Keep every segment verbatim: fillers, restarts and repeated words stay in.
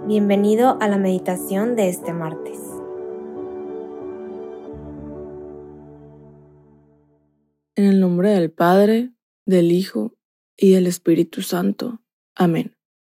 Bienvenido a la meditación de este martes. En el nombre del Padre, del Hijo y del Espíritu Santo. Amén.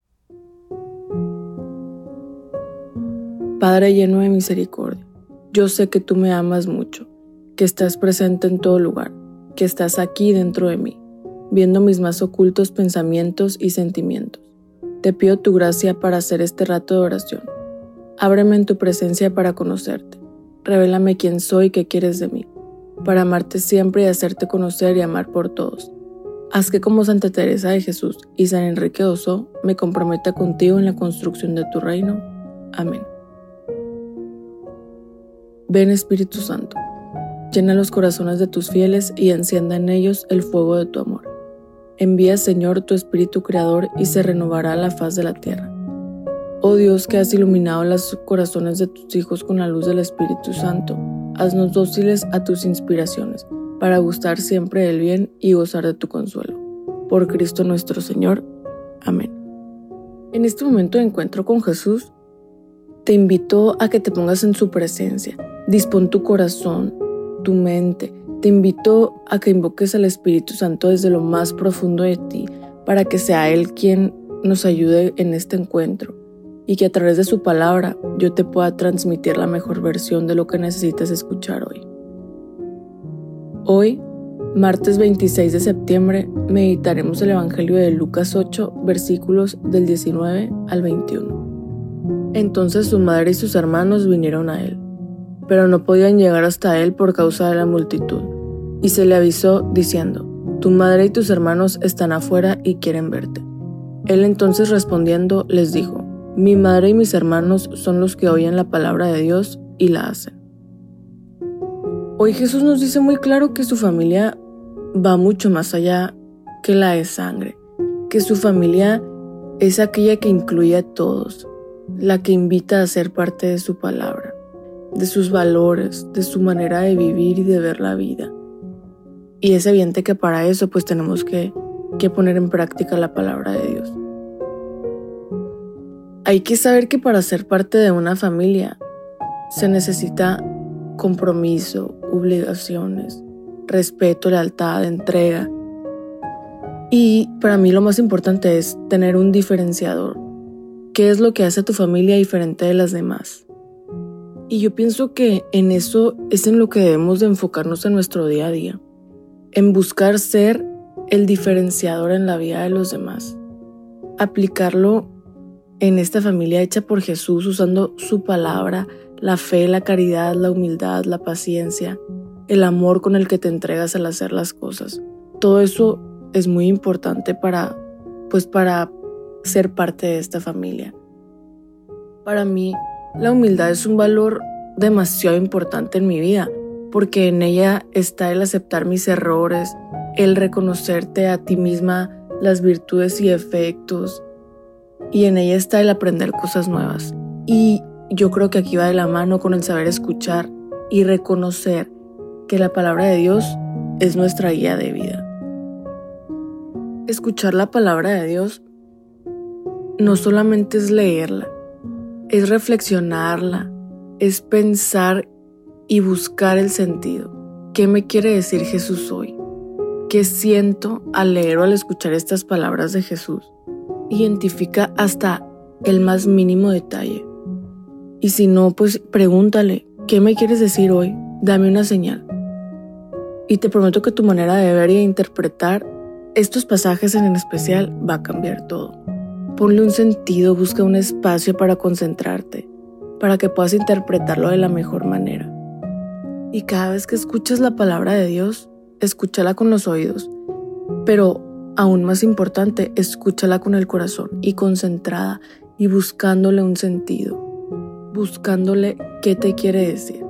Padre lleno de misericordia, yo sé que tú me amas mucho, que estás presente en todo lugar, que estás aquí dentro de mí, viendo mis más ocultos pensamientos y sentimientos. Te pido tu gracia para hacer este rato de oración. Ábreme en tu presencia para conocerte. Revélame quién soy y qué quieres de mí, para amarte siempre y hacerte conocer y amar por todos. Haz que como Santa Teresa de Jesús y San Enrique de Osó me comprometa contigo en la construcción de tu reino. Amén. Ven Espíritu Santo, llena los corazones de tus fieles y encienda en ellos el fuego de tu amor. Envía, Señor, tu Espíritu Creador y se renovará la faz de la tierra. Oh Dios, que has iluminado los corazones de tus hijos con la luz del Espíritu Santo, haznos dóciles a tus inspiraciones, para gustar siempre del bien y gozar de tu consuelo. Por Cristo nuestro Señor. Amén. En este momento de encuentro con Jesús, te invito a que te pongas en su presencia. Dispón tu corazón, tu mente. Te invito a que invoques al Espíritu Santo desde lo más profundo de ti, para que sea Él quien nos ayude en este encuentro y que a través de su palabra yo te pueda transmitir la mejor versión de lo que necesitas escuchar hoy. Hoy, martes veintiséis de septiembre, meditaremos el Evangelio de Lucas ocho, versículos del diecinueve al veintiuno. Entonces su madre y sus hermanos vinieron a él, pero no podían llegar hasta él por causa de la multitud, y se le avisó diciendo: Tu madre y tus hermanos están afuera y quieren verte. Él entonces respondiendo les dijo: Mi madre y mis hermanos son los que oyen la palabra de Dios y la hacen. Hoy Jesús nos dice muy claro que su familia va mucho más allá que la de sangre, que su familia es aquella que incluye a todos, la que invita a ser parte de su palabra, de sus valores, de su manera de vivir y de ver la vida. Y es evidente que para eso pues tenemos que, que poner en práctica la palabra de Dios. Hay que saber que para ser parte de una familia se necesita compromiso, obligaciones, respeto, lealtad, entrega. Y para mí lo más importante es tener un diferenciador. ¿Qué es lo que hace a tu familia diferente de las demás? Y yo pienso que en eso es en lo que debemos de enfocarnos en nuestro día a día, en buscar ser el diferenciador en la vida de los demás, aplicarlo en esta familia hecha por Jesús usando su palabra, la fe, la caridad, la humildad, la paciencia, el amor con el que te entregas al hacer las cosas. Todo eso es muy importante para, pues para ser parte de esta familia. Para mí, la humildad es un valor demasiado importante en mi vida, porque en ella está el aceptar mis errores, el reconocerte a ti misma las virtudes y defectos, y en ella está el aprender cosas nuevas. Y yo creo que aquí va de la mano con el saber escuchar y reconocer que la palabra de Dios es nuestra guía de vida. Escuchar la palabra de Dios no solamente es leerla, es reflexionarla, es pensar y buscar el sentido. ¿Qué me quiere decir Jesús hoy? ¿Qué siento al leer o al escuchar estas palabras de Jesús? Identifica hasta el más mínimo detalle. Y si no, pues pregúntale: ¿qué me quieres decir hoy? Dame una señal. Y te prometo que tu manera de ver y de interpretar estos pasajes en especial va a cambiar todo. Ponle un sentido, busca un espacio para concentrarte, para que puedas interpretarlo de la mejor manera. Y cada vez que escuchas la palabra de Dios, escúchala con los oídos, pero aún más importante, escúchala con el corazón y concentrada y buscándole un sentido, buscándole qué te quiere decir.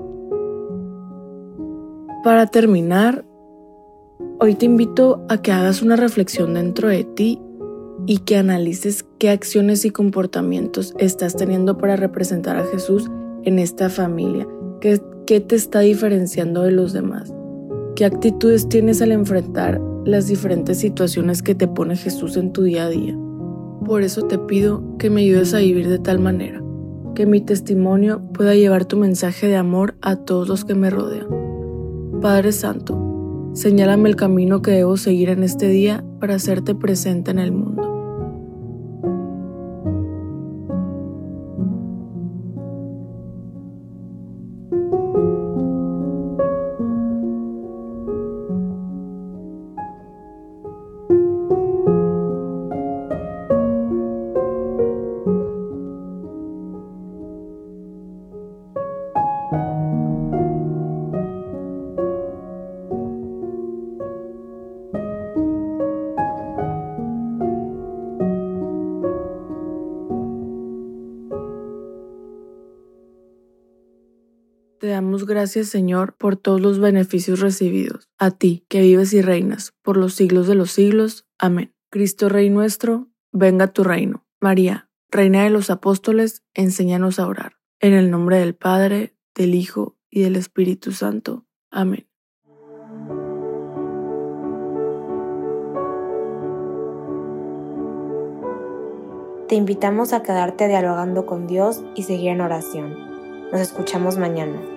Para terminar, hoy te invito a que hagas una reflexión dentro de ti y que analices qué acciones y comportamientos estás teniendo para representar a Jesús en esta familia, qué, qué te está diferenciando de los demás, qué actitudes tienes al enfrentar las diferentes situaciones que te pone Jesús en tu día a día. Por eso te pido que me ayudes a vivir de tal manera, que mi testimonio pueda llevar tu mensaje de amor a todos los que me rodean. Padre Santo, señálame el camino que debo seguir en este día para hacerte presente en el mundo. Te damos gracias, Señor, por todos los beneficios recibidos. A ti, que vives y reinas, por los siglos de los siglos. Amén. Cristo Rey nuestro, venga a tu reino. María, Reina de los Apóstoles, enséñanos a orar. En el nombre del Padre, del Hijo y del Espíritu Santo. Amén. Te invitamos a quedarte dialogando con Dios y seguir en oración. Nos escuchamos mañana.